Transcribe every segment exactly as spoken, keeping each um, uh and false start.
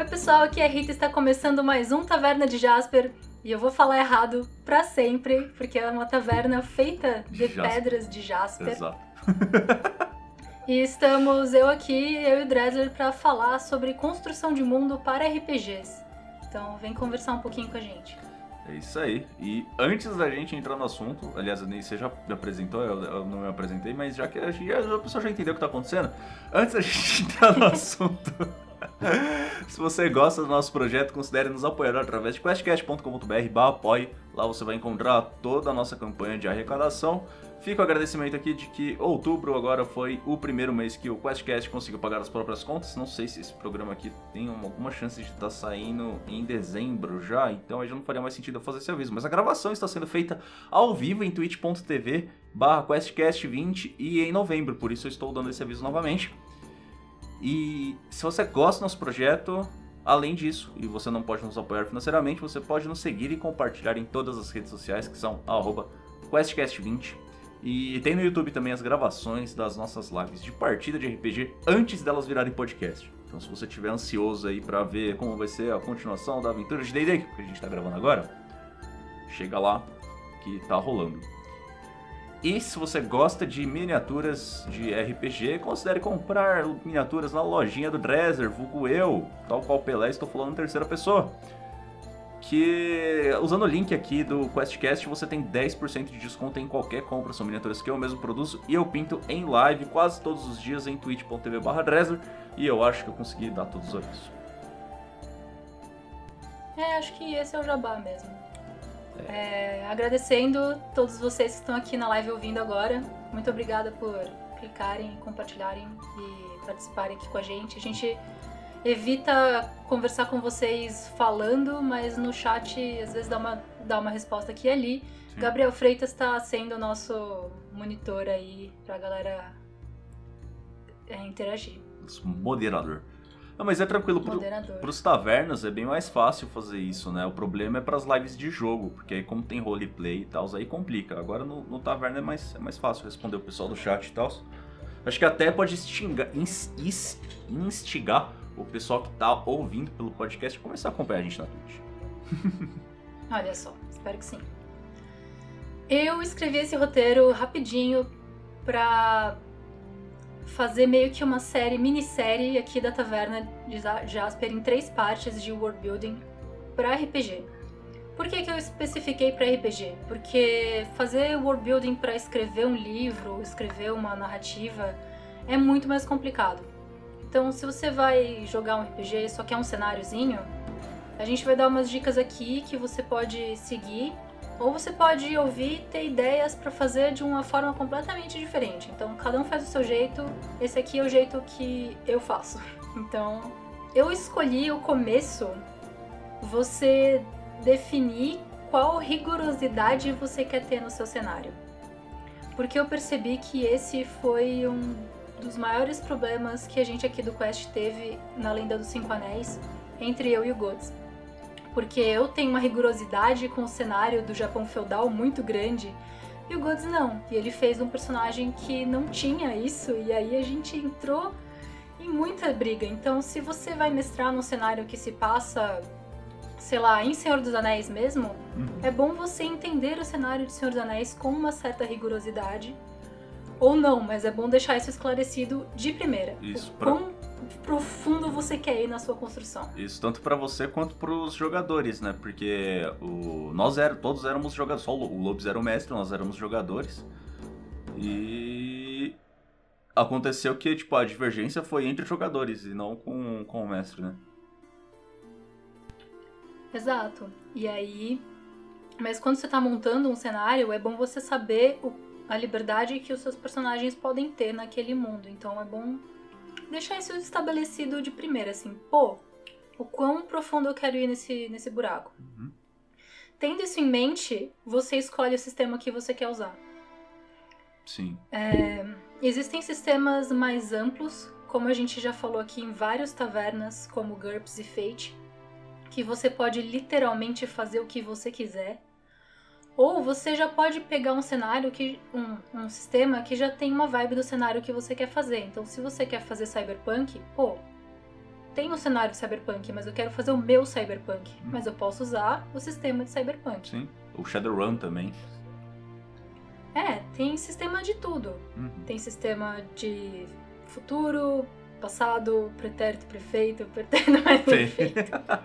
pessoal, aqui é a Rita, está começando mais um Taverna de Jasper. E eu vou falar errado pra sempre, porque é uma taverna feita de Jasper. pedras de Jasper. Exato. E estamos, eu aqui, eu e o Dresler, pra falar sobre construção de mundo para R P Gs. Então vem conversar um pouquinho com a gente. É isso aí. E antes da gente entrar no assunto, aliás, você já me apresentou, eu, eu não me apresentei, mas já que a, gente, a pessoa já entendeu o que tá acontecendo, antes da gente entrar no assunto, se você gosta do nosso projeto, considere nos apoiar através de questcast ponto com ponto b r barra apoie. Lá você vai encontrar toda a nossa campanha de arrecadação. Fica o agradecimento aqui de que outubro agora foi o primeiro mês que o QuestCast conseguiu pagar as próprias contas. Não sei se esse programa aqui tem alguma chance de estar saindo em dezembro já, então aí já não faria mais sentido eu fazer esse aviso. Mas a gravação está sendo feita ao vivo em twitch ponto t v barra questcast vinte e em novembro, por isso eu estou dando esse aviso novamente. E se você gosta do nosso projeto, além disso, e você não pode nos apoiar financeiramente, você pode nos seguir e compartilhar em todas as redes sociais, que são arroba questcast vinte. E tem no YouTube também as gravações das nossas lives de partida de R P G antes delas virarem podcast. Então se você estiver ansioso aí pra ver como vai ser a continuação da aventura de D e D que a gente tá gravando agora, chega lá que tá rolando. E se você gosta de miniaturas de R P G, considere comprar miniaturas na lojinha do Dresler, vulgo eu, tal qual Pelé, estou falando em terceira pessoa. Que usando o link aqui do QuestCast você tem dez por cento de desconto em qualquer compra. São miniaturas que eu mesmo produzo e eu pinto em live quase todos os dias em twitch ponto t v barra Dresler. E eu acho que eu consegui dar todos os avisos. É, acho que esse é o jabá mesmo. É, agradecendo todos vocês que estão aqui na live ouvindo agora. Muito obrigada por clicarem, compartilharem e participarem aqui com a gente. A gente evita conversar com vocês falando, mas no chat às vezes dá uma, dá uma resposta aqui e ali. Sim. Gabriel Freitas está sendo o nosso monitor aí pra galera é, interagir. Moderador. Não, mas é tranquilo, pro, pros tavernas é bem mais fácil fazer isso, né? O problema é pras lives de jogo, porque aí como tem roleplay e tal, aí complica. Agora no, no taverna é mais, é mais fácil responder o pessoal do chat e tal. Acho que até pode instigar, instigar o pessoal que tá ouvindo pelo podcast a começar a acompanhar a gente na Twitch. Olha só, espero que sim. Eu escrevi esse roteiro rapidinho pra fazer meio que uma série, minissérie aqui da Taverna de Jasper em três partes de world building pra R P G. Por que que eu especifiquei pra R P G? Porque fazer world building pra escrever um livro, escrever uma narrativa é muito mais complicado. Então, se você vai jogar um R P G e só quer um cenáriozinho, a gente vai dar umas dicas aqui que você pode seguir, ou você pode ouvir e ter ideias para fazer de uma forma completamente diferente. Então, cada um faz do seu jeito, esse aqui é o jeito que eu faço. Então, eu escolhi o começo, você definir qual rigorosidade você quer ter no seu cenário. Porque eu percebi que esse foi um dos maiores problemas que a gente aqui do Quest teve na Lenda dos Cinco Anéis, entre eu e o Godz. Porque eu tenho uma rigorosidade com o cenário do Japão feudal muito grande, e o Godz não. E ele fez um personagem que não tinha isso, e aí a gente entrou em muita briga. Então, se você vai mestrar num cenário que se passa, sei lá, em Senhor dos Anéis mesmo, uhum. é bom você entender o cenário de Senhor dos Anéis com uma certa rigorosidade, ou não, mas é bom deixar isso esclarecido de primeira. Isso, o pra... quão profundo você quer ir na sua construção. Isso tanto pra você quanto pros jogadores, né? Porque o... nós era... todos éramos jogadores, só o Lobes era o mestre, nós éramos jogadores. E aconteceu que tipo, a divergência foi entre os jogadores e não com, com o mestre, né? Exato. E aí... Mas quando você tá montando um cenário, é bom você saber o a liberdade que os seus personagens podem ter naquele mundo. Então é bom deixar isso estabelecido de primeira, assim, pô, o quão profundo eu quero ir nesse, nesse buraco. Uhum. Tendo isso em mente, você escolhe o sistema que você quer usar. Sim. É, existem sistemas mais amplos, como a gente já falou aqui em várias tavernas, como GURPS e Fate, que você pode literalmente fazer o que você quiser. Ou você já pode pegar um cenário, que, um, um sistema que já tem uma vibe do cenário que você quer fazer. Então, se você quer fazer cyberpunk, pô, tenho um cenário cyberpunk, mas eu quero fazer o meu cyberpunk. Hum. Mas eu posso usar o sistema de cyberpunk. Sim, o Shadowrun também. É, tem sistema de tudo. Uhum. Tem sistema de futuro, passado, pretérito, prefeito, pretérito mais perfeito.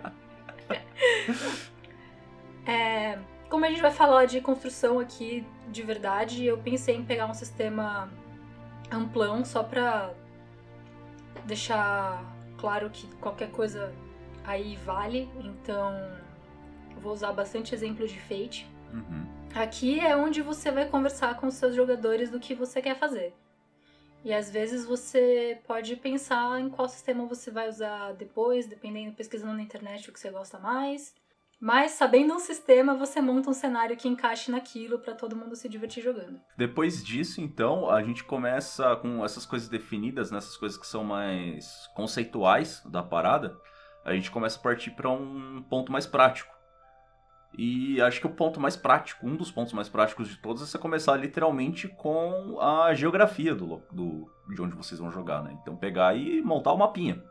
É, como a gente vai falar de construção aqui de verdade, eu pensei em pegar um sistema amplão só pra deixar claro que qualquer coisa aí vale. Então eu vou usar bastante exemplo de Fate. Uhum. Aqui é onde você vai conversar com os seus jogadores do que você quer fazer. E às vezes você pode pensar em qual sistema você vai usar depois, dependendo, pesquisando na internet o que você gosta mais. Mas sabendo um sistema, você monta um cenário que encaixe naquilo pra todo mundo se divertir jogando. Depois disso, então, a gente começa com essas coisas definidas, né, essas coisas que são mais conceituais da parada. A gente começa a partir para um ponto mais prático. E acho que o ponto mais prático, um dos pontos mais práticos de todos, é você começar literalmente com a geografia do, do, de onde vocês vão jogar, né? Então pegar e montar o mapinha.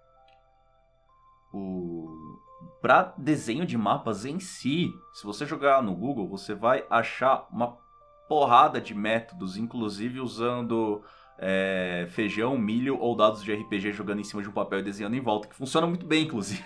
O... Para desenho de mapas em si, se você jogar no Google, você vai achar uma porrada de métodos, inclusive usando é, feijão, milho ou dados de R P G jogando em cima de um papel e desenhando em volta, que funciona muito bem, inclusive.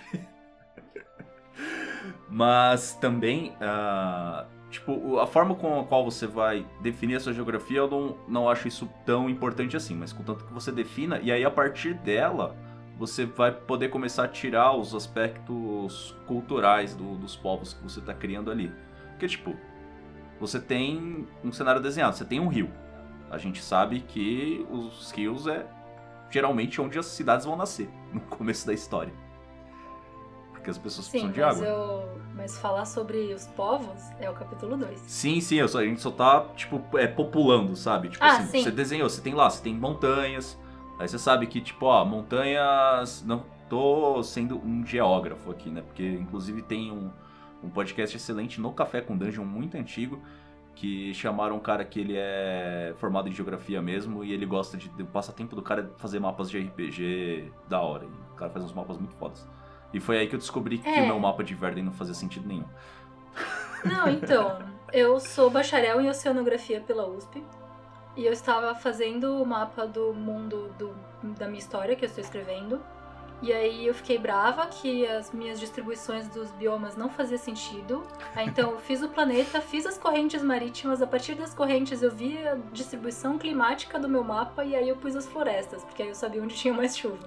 Mas também, uh, tipo, a forma com a qual você vai definir a sua geografia, eu não, não acho isso tão importante assim, mas contanto que você defina, e aí a partir dela, você vai poder começar a tirar os aspectos culturais do, dos povos que você está criando ali. Porque, tipo, você tem um cenário desenhado, você tem um rio. A gente sabe que os rios é geralmente onde as cidades vão nascer, no começo da história. Porque as pessoas Sim, precisam de mas água. Eu... Mas falar sobre os povos é o capítulo dois. Sim, sim, eu só, a gente só tá, tipo, é, populando, sabe? Tipo ah, assim, sim. Você desenhou, você tem lá, você tem montanhas. Aí você sabe que, tipo, ó, montanhas... Não tô sendo um geógrafo aqui, né? Porque, inclusive, tem um, um podcast excelente no Café com Dungeon, muito antigo, que chamaram um cara que ele é formado em geografia mesmo, e ele gosta de... O passatempo do cara é fazer mapas de R P G da hora. E o cara faz uns mapas muito fodas. E foi aí que eu descobri que É. o meu mapa de Verden não fazia sentido nenhum. Não, então, eu sou bacharel em oceanografia pela U S P. E eu estava fazendo o mapa do mundo do, da minha história que eu estou escrevendo. E aí eu fiquei brava que as minhas distribuições dos biomas não faziam sentido. Aí, então eu fiz o planeta, fiz as correntes marítimas. A partir das correntes eu vi a distribuição climática do meu mapa. E aí eu pus as florestas, porque aí eu sabia onde tinha mais chuva.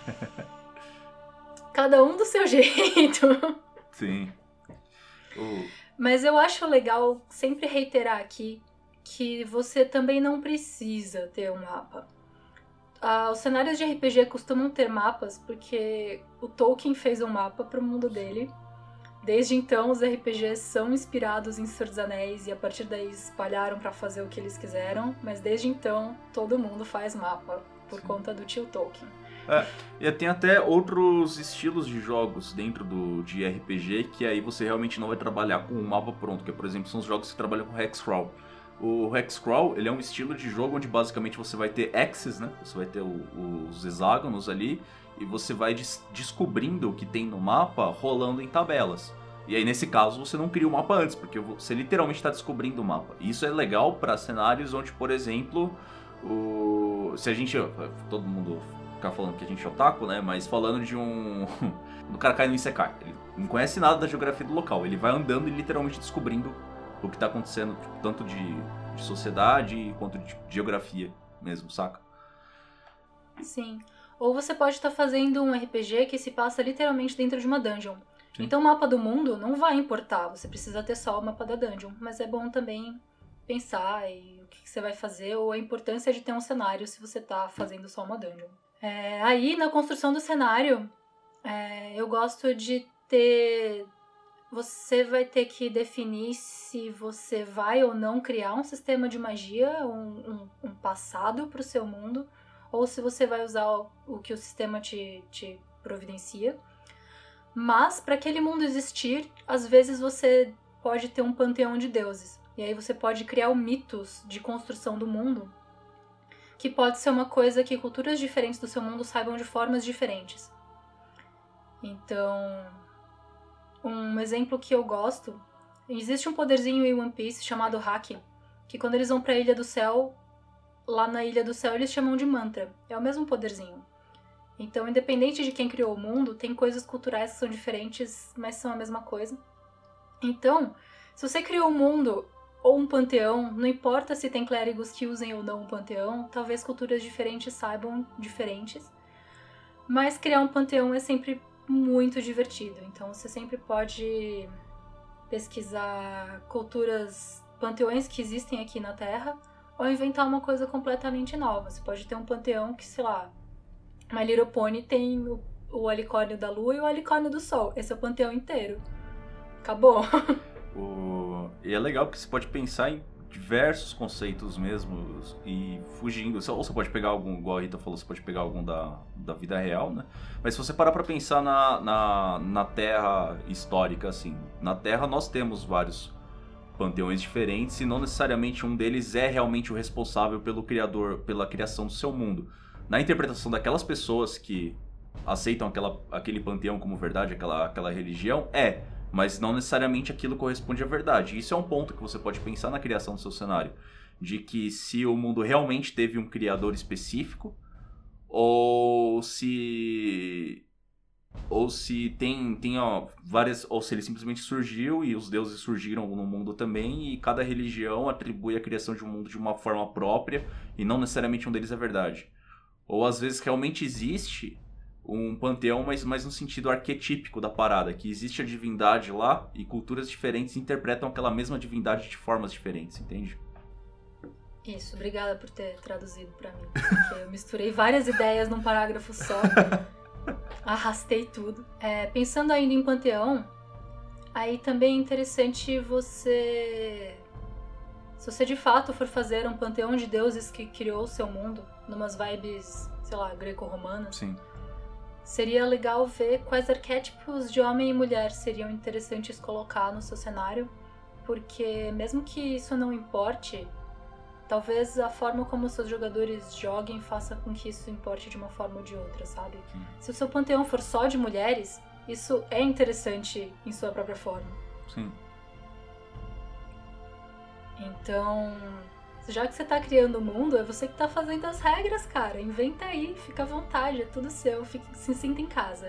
Cada um do seu jeito. Sim. Uh. Mas eu acho legal sempre reiterar aqui que você também não precisa ter um mapa. Ah, os cenários de R P G costumam ter mapas porque o Tolkien fez um mapa para o mundo dele. Desde então, os R P Gs são inspirados em Senhor dos Anéis e a partir daí espalharam para fazer o que eles quiseram. Mas desde então, todo mundo faz mapa por Sim. conta do tio Tolkien. É, e tem até outros estilos de jogos dentro do, de R P G que aí você realmente não vai trabalhar com um mapa pronto, que por exemplo são os jogos que trabalham com Hexcrawl. O Hexcrawl, ele é um estilo de jogo onde basicamente você vai ter axes, né? Você vai ter o, os hexágonos ali e você vai des- descobrindo o que tem no mapa rolando em tabelas. E aí nesse caso você não cria o mapa antes, porque você literalmente está descobrindo o mapa. E isso é legal para cenários onde, por exemplo, o... se a gente... todo mundo ficar falando que a gente é otaku, né? Mas falando de um... o cara cai no Isekai. Ele não conhece nada da geografia do local. Ele vai andando e literalmente descobrindo o que tá acontecendo, tipo, tanto de, de sociedade quanto de geografia mesmo, saca? Sim. Ou você pode estar fazendo um R P G que se passa literalmente dentro de uma dungeon. Sim. Então o mapa do mundo não vai importar, você precisa ter só o mapa da dungeon. Mas é bom também pensar em o que você vai fazer ou a importância de ter um cenário se você tá fazendo só uma dungeon. É, aí, na construção do cenário, é, eu gosto de ter... Você vai ter que definir se você vai ou não criar um sistema de magia, um, um, um passado para o seu mundo, ou se você vai usar o, o que o sistema te, te providencia. Mas, para aquele mundo existir, às vezes você pode ter um panteão de deuses. E aí você pode criar mitos de construção do mundo, que pode ser uma coisa que culturas diferentes do seu mundo saibam de formas diferentes. Então, um exemplo que eu gosto, existe um poderzinho em One Piece chamado Haki, que quando eles vão pra Ilha do Céu, lá na Ilha do Céu eles chamam de mantra. É o mesmo poderzinho. Então, independente de quem criou o mundo, tem coisas culturais que são diferentes, mas são a mesma coisa. Então, se você criou um mundo ou um panteão, não importa se tem clérigos que usem ou não um panteão, talvez culturas diferentes saibam diferentes, mas criar um panteão é sempre muito divertido. Então, você sempre pode pesquisar culturas, panteões que existem aqui na Terra, ou inventar uma coisa completamente nova. Você pode ter um panteão que, sei lá, My Little Pony tem o, o Alicórnio da Lua e o Alicórnio do Sol. Esse é o panteão inteiro. Acabou. O... E é legal porque você pode pensar em diversos conceitos mesmo e fugindo. Ou você pode pegar algum, igual a Rita falou, você pode pegar algum da, da vida real, né? Mas se você parar pra pensar na, na, na Terra histórica, assim, na Terra nós temos vários panteões diferentes e não necessariamente um deles é realmente o responsável pelo criador, pela criação do seu mundo. Na interpretação daquelas pessoas que aceitam aquela, aquele panteão como verdade, aquela, aquela religião, é, mas não necessariamente aquilo corresponde à verdade. Isso é um ponto que você pode pensar na criação do seu cenário, de que se o mundo realmente teve um criador específico, ou se... ou se tem, tem ó, várias, ou se ele simplesmente surgiu e os deuses surgiram no mundo também e cada religião atribui a criação de um mundo de uma forma própria e não necessariamente um deles é verdade. Ou às vezes realmente existe um panteão, mas, mas no sentido arquetípico da parada, que existe a divindade lá e culturas diferentes interpretam aquela mesma divindade de formas diferentes, entende? Isso, obrigada por ter traduzido pra mim, porque eu misturei várias ideias num parágrafo só. Arrastei tudo. É, pensando ainda em panteão, aí também é interessante você... Se você de fato for fazer um panteão de deuses que criou o seu mundo, numas vibes, sei lá, greco-romanas, sim, seria legal ver quais arquétipos de homem e mulher seriam interessantes colocar no seu cenário, porque mesmo que isso não importe, talvez a forma como os seus jogadores joguem faça com que isso importe de uma forma ou de outra, sabe? sim. Se o seu panteão for só de mulheres, isso é interessante em sua própria forma. Sim. Então, já que você tá criando o mundo, é você que tá fazendo as regras, cara. Inventa aí, fica à vontade, é tudo seu, fique, se sinta em casa.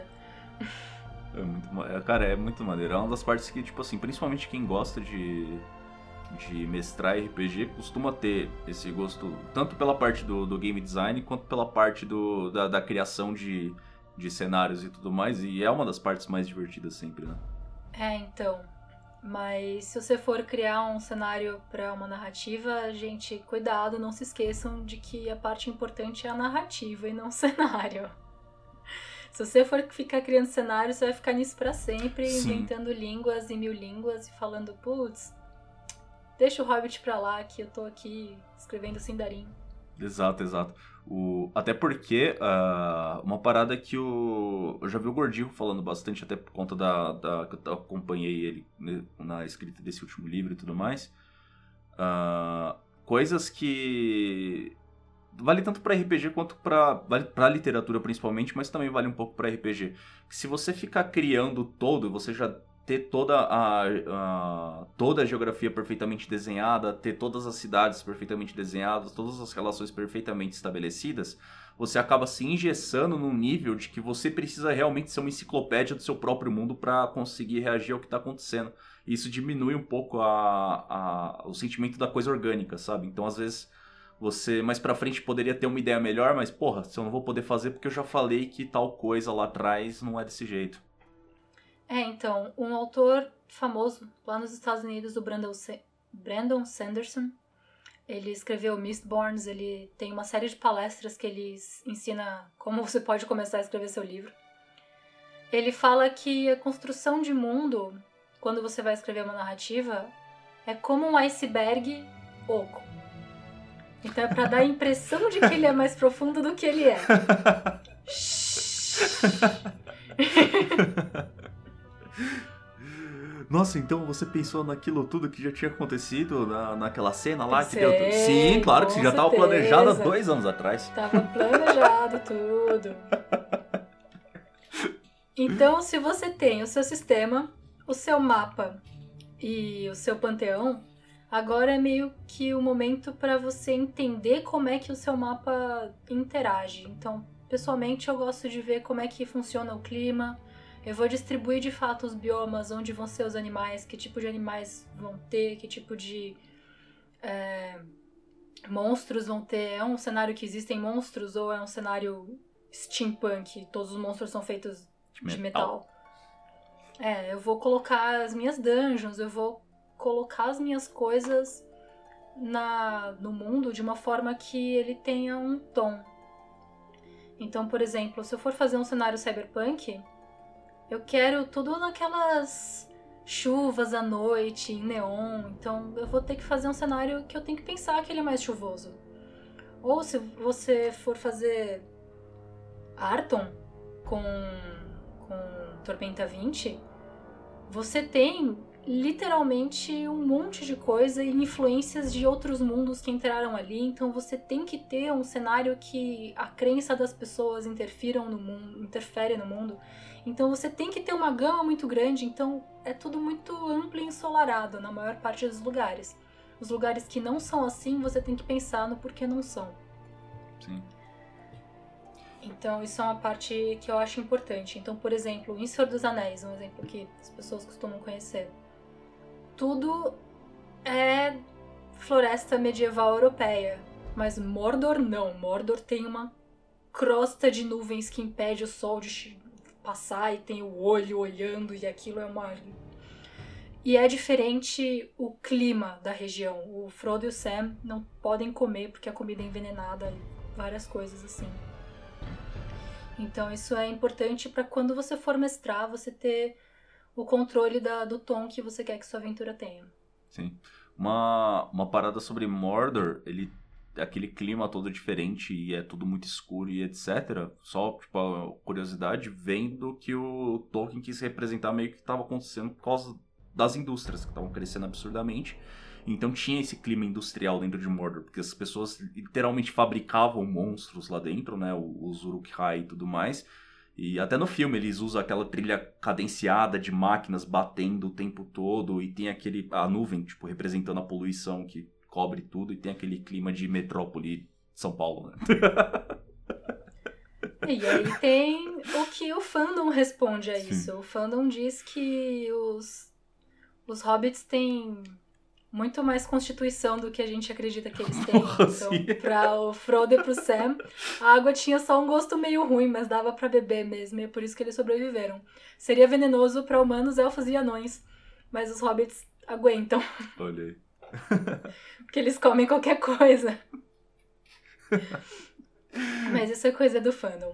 É muito, ma- cara, é muito maneiro. É uma das partes que, tipo assim, principalmente quem gosta de, de mestrar R P G costuma ter esse gosto, tanto pela parte do, do game design, quanto pela parte do, da, da criação de, de cenários e tudo mais. E é uma das partes mais divertidas sempre, né? É, então. Mas se você for criar um cenário para uma narrativa, gente, cuidado, não se esqueçam de que a parte importante é a narrativa e não o cenário. Se você for ficar criando cenário, você vai ficar nisso pra sempre, Sim. inventando línguas e mil línguas e falando, putz, deixa o Hobbit pra lá que eu tô aqui escrevendo Sindarin. Exato, exato. O... Até porque ah, uma parada que o... eu já vi o Gordillo falando bastante, até por conta da, da... que eu acompanhei ele, né, na escrita desse último livro e tudo mais. Ah, coisas que vale tanto pra R P G quanto pra, vale pra literatura principalmente, mas também vale um pouco pra R P G. Se você ficar criando todo, você já ter toda a, a, toda a geografia perfeitamente desenhada, ter todas as cidades perfeitamente desenhadas, todas as relações perfeitamente estabelecidas, você acaba se engessando num nível de que você precisa realmente ser uma enciclopédia do seu próprio mundo para conseguir reagir ao que está acontecendo. E isso diminui um pouco a, a, o sentimento da coisa orgânica, sabe? Então, às vezes, você mais pra frente poderia ter uma ideia melhor, mas, porra, se eu não vou poder fazer porque eu já falei que tal coisa lá atrás não é desse jeito. É, então, um autor famoso lá nos Estados Unidos, o Brandon, Sa- Brandon Sanderson, ele escreveu Mistborns, ele tem uma série de palestras que ele ensina como você pode começar a escrever seu livro. Ele fala que a construção de mundo, quando você vai escrever uma narrativa, é como um iceberg oco. Então é pra dar a impressão de que ele é mais profundo do que ele é. Nossa, então você pensou naquilo tudo que já tinha acontecido na, naquela cena lá? Pensei, que deu... Sim, claro que com você já estava certeza. planejado há dois anos atrás. Tava planejado tudo. Então, se você tem o seu sistema, o seu mapa e o seu panteão, agora é meio que o momento para você entender como é que o seu mapa interage. Então, pessoalmente, eu gosto de ver como é que funciona o clima. Eu vou distribuir de fato os biomas, onde vão ser os animais, que tipo de animais vão ter, que tipo de é, monstros vão ter. É um cenário que existem monstros ou é um cenário steampunk? Todos os monstros são feitos de, de metal. metal. É, eu vou colocar as minhas dungeons, eu vou colocar as minhas coisas na, no mundo de uma forma que ele tenha um tom. Então, por exemplo, se eu for fazer um cenário cyberpunk, eu quero tudo naquelas chuvas à noite, em neon. Então eu vou ter que fazer um cenário que eu tenho que pensar que ele é mais chuvoso. Ou se você for fazer Arton com, com Tormenta vinte, você tem literalmente um monte de coisa e influências de outros mundos que entraram ali. Então você tem que ter um cenário que a crença das pessoas interfiram no mundo, interfere no mundo. Então você tem que ter uma gama muito grande, então é tudo muito amplo e ensolarado na maior parte dos lugares. Os lugares que não são assim, você tem que pensar no porquê não são. Sim. Então isso é uma parte que eu acho importante. Então, por exemplo, em Senhor dos Anéis, um exemplo que as pessoas costumam conhecer. Tudo é floresta medieval europeia, mas Mordor não. Mordor tem uma crosta de nuvens que impede o sol de passar e tem o olho olhando e aquilo é uma... E é diferente o clima da região. O Frodo e o Sam não podem comer porque a comida é envenenada e várias coisas assim. Então isso é importante para quando você for mestrar, você ter o controle da, do tom que você quer que sua aventura tenha. Sim. Uma, uma parada sobre Mordor, ele... aquele clima todo diferente e é tudo muito escuro e etcétera. Só, tipo, a curiosidade vem do que o Tolkien quis representar meio que estava acontecendo por causa das indústrias que estavam crescendo absurdamente. Então tinha esse clima industrial dentro de Mordor, porque as pessoas literalmente fabricavam monstros lá dentro, né? Os Uruk-hai e tudo mais. E até no filme eles usam aquela trilha cadenciada de máquinas batendo o tempo todo e tem aquele a nuvem, tipo, representando a poluição que cobre tudo e tem aquele clima de metrópole São Paulo, né? E aí tem o que o fandom responde a Sim. isso. O fandom diz que os, os hobbits têm muito mais constituição do que a gente acredita que eles têm. Então, para o Frodo e pro Sam, a água tinha só um gosto meio ruim, mas dava para beber mesmo, e é por isso que eles sobreviveram. Seria venenoso para humanos, elfos e anões, mas os hobbits aguentam. Olha aí. Porque eles comem qualquer coisa. Mas isso é coisa do fandom.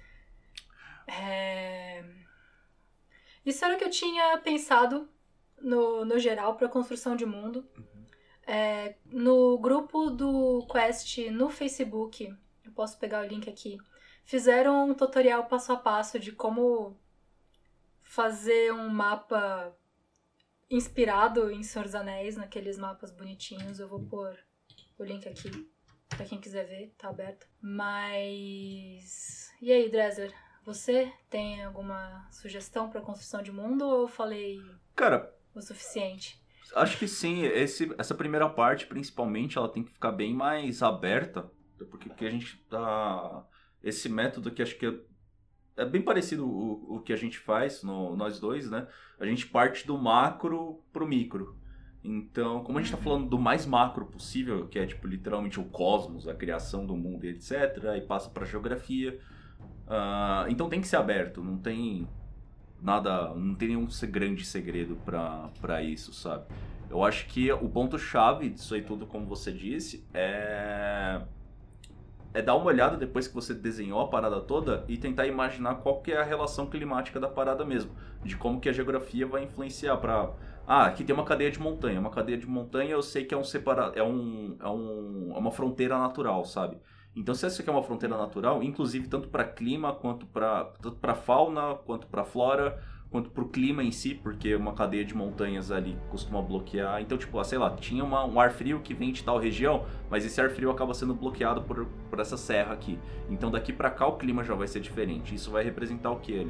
É... Isso era o que eu tinha pensado no, no geral para construção de mundo. Uhum. É, no grupo do Quest no Facebook, eu posso pegar o link aqui, fizeram um tutorial passo a passo de como fazer um mapa inspirado em Senhor dos Anéis, naqueles mapas bonitinhos. Eu vou pôr o link aqui pra quem quiser ver, tá aberto. Mas... E aí, Dresler? Você tem alguma sugestão pra construção de mundo ou eu falei Cara, o suficiente? Acho que sim. Esse, essa primeira parte, principalmente, ela tem que ficar bem mais aberta, porque, porque a gente tá... Esse método que acho que é É bem parecido o, o que a gente faz, no, nós dois, né? A gente parte do macro pro micro. Então, como a gente tá falando do mais macro possível, que é, tipo, literalmente o cosmos, a criação do mundo e etcétera, e passa pra geografia. Uh, então tem que ser aberto, não tem nada, não tem nenhum grande segredo pra, pra isso, sabe? Eu acho que o ponto-chave disso aí tudo, como você disse, é... é dar uma olhada depois que você desenhou a parada toda e tentar imaginar qual que é a relação climática da parada mesmo, de como que a geografia vai influenciar para... Ah, aqui tem uma cadeia de montanha. Uma cadeia de montanha eu sei que é um separa... é, um... é, um... é uma fronteira natural, sabe? Então se essa aqui é uma fronteira natural, inclusive tanto para clima, quanto para tanto para fauna, quanto para flora, quanto para o clima em si, porque uma cadeia de montanhas ali costuma bloquear. Então, tipo, sei lá, tinha uma, um ar frio que vem de tal região, mas esse ar frio acaba sendo bloqueado por, por essa serra aqui. Então, daqui para cá o clima já vai ser diferente. Isso vai representar o que ali?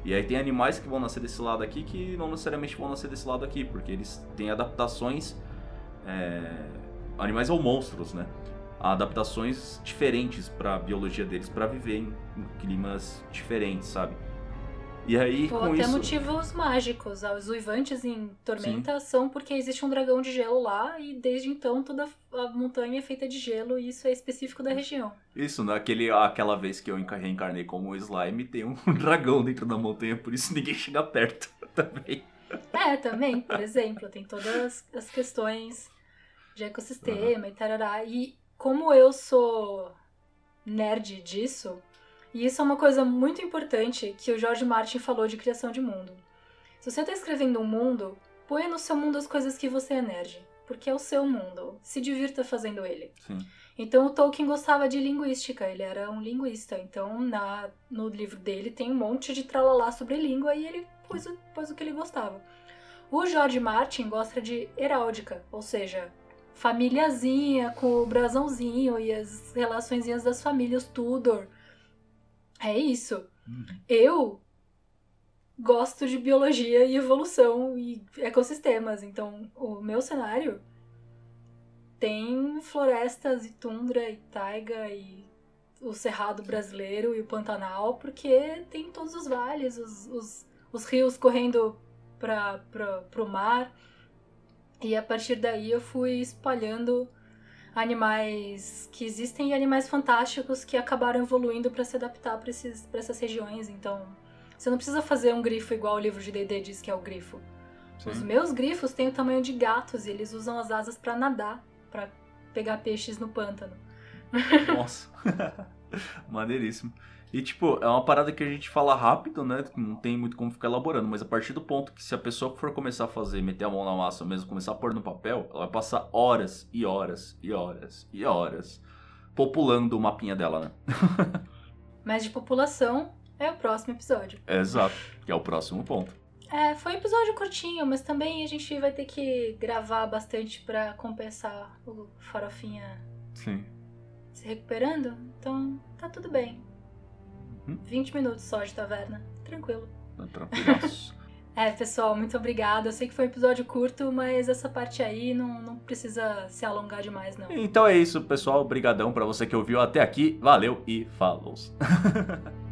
E aí tem animais que vão nascer desse lado aqui que não necessariamente vão nascer desse lado aqui, porque eles têm adaptações... É... Animais ou monstros, né? Adaptações diferentes pra biologia deles, pra viver em, em climas diferentes, sabe? E aí, Ou com até isso... motivos mágicos. Os uivantes em Tormenta Sim. são porque existe um dragão de gelo lá e desde então toda a montanha é feita de gelo e isso é específico da região. Isso, naquele, aquela vez que eu reencarnei como slime, tem um dragão dentro da montanha, por isso ninguém chega perto também. É, também, por exemplo, tem todas as questões de ecossistema uhum. e tarará. E como eu sou nerd disso... E isso é uma coisa muito importante que o George Martin falou de criação de mundo. Se você está escrevendo um mundo, põe no seu mundo as coisas que você é nerd. Porque é o seu mundo. Se divirta fazendo ele. Sim. Então o Tolkien gostava de linguística, ele era um linguista. Então na, no livro dele tem um monte de tralalá sobre língua e ele pôs o, pôs o que ele gostava. O George Martin gosta de heráldica, ou seja, famíliazinha com o brasãozinho e as relaçõezinhas das famílias Tudor. É isso. Uhum. Eu gosto de biologia e evolução e ecossistemas. Então, o meu cenário tem florestas e tundra e taiga e o cerrado brasileiro e o Pantanal, porque tem todos os vales, os, os, os rios correndo para pro mar. E a partir daí eu fui espalhando... animais que existem e animais fantásticos que acabaram evoluindo para se adaptar para essas regiões. Então, você não precisa fazer um grifo igual o livro de D e D diz que é o grifo. Sim. Os meus grifos têm o tamanho de gatos e eles usam as asas para nadar, para pegar peixes no pântano. Nossa, maneiríssimo. E, tipo, é uma parada que a gente fala rápido, né? Não tem muito como ficar elaborando. Mas a partir do ponto que se a pessoa for começar a fazer, meter a mão na massa mesmo, começar a pôr no papel, ela vai passar horas e horas e horas e horas populando o mapinha dela, né? Mas de população é o próximo episódio. Exato, que é o próximo ponto. É, foi um episódio curtinho, mas também a gente vai ter que gravar bastante pra compensar o Farofinha Sim. se recuperando. Então, tá tudo bem. vinte minutos só de taverna. Tranquilo. Tranquilaço. É, pessoal, muito obrigada. Eu sei que foi um episódio curto, mas essa parte aí não, não precisa se alongar demais, não. Então é isso, pessoal. Obrigadão pra você que ouviu até aqui. Valeu e falou!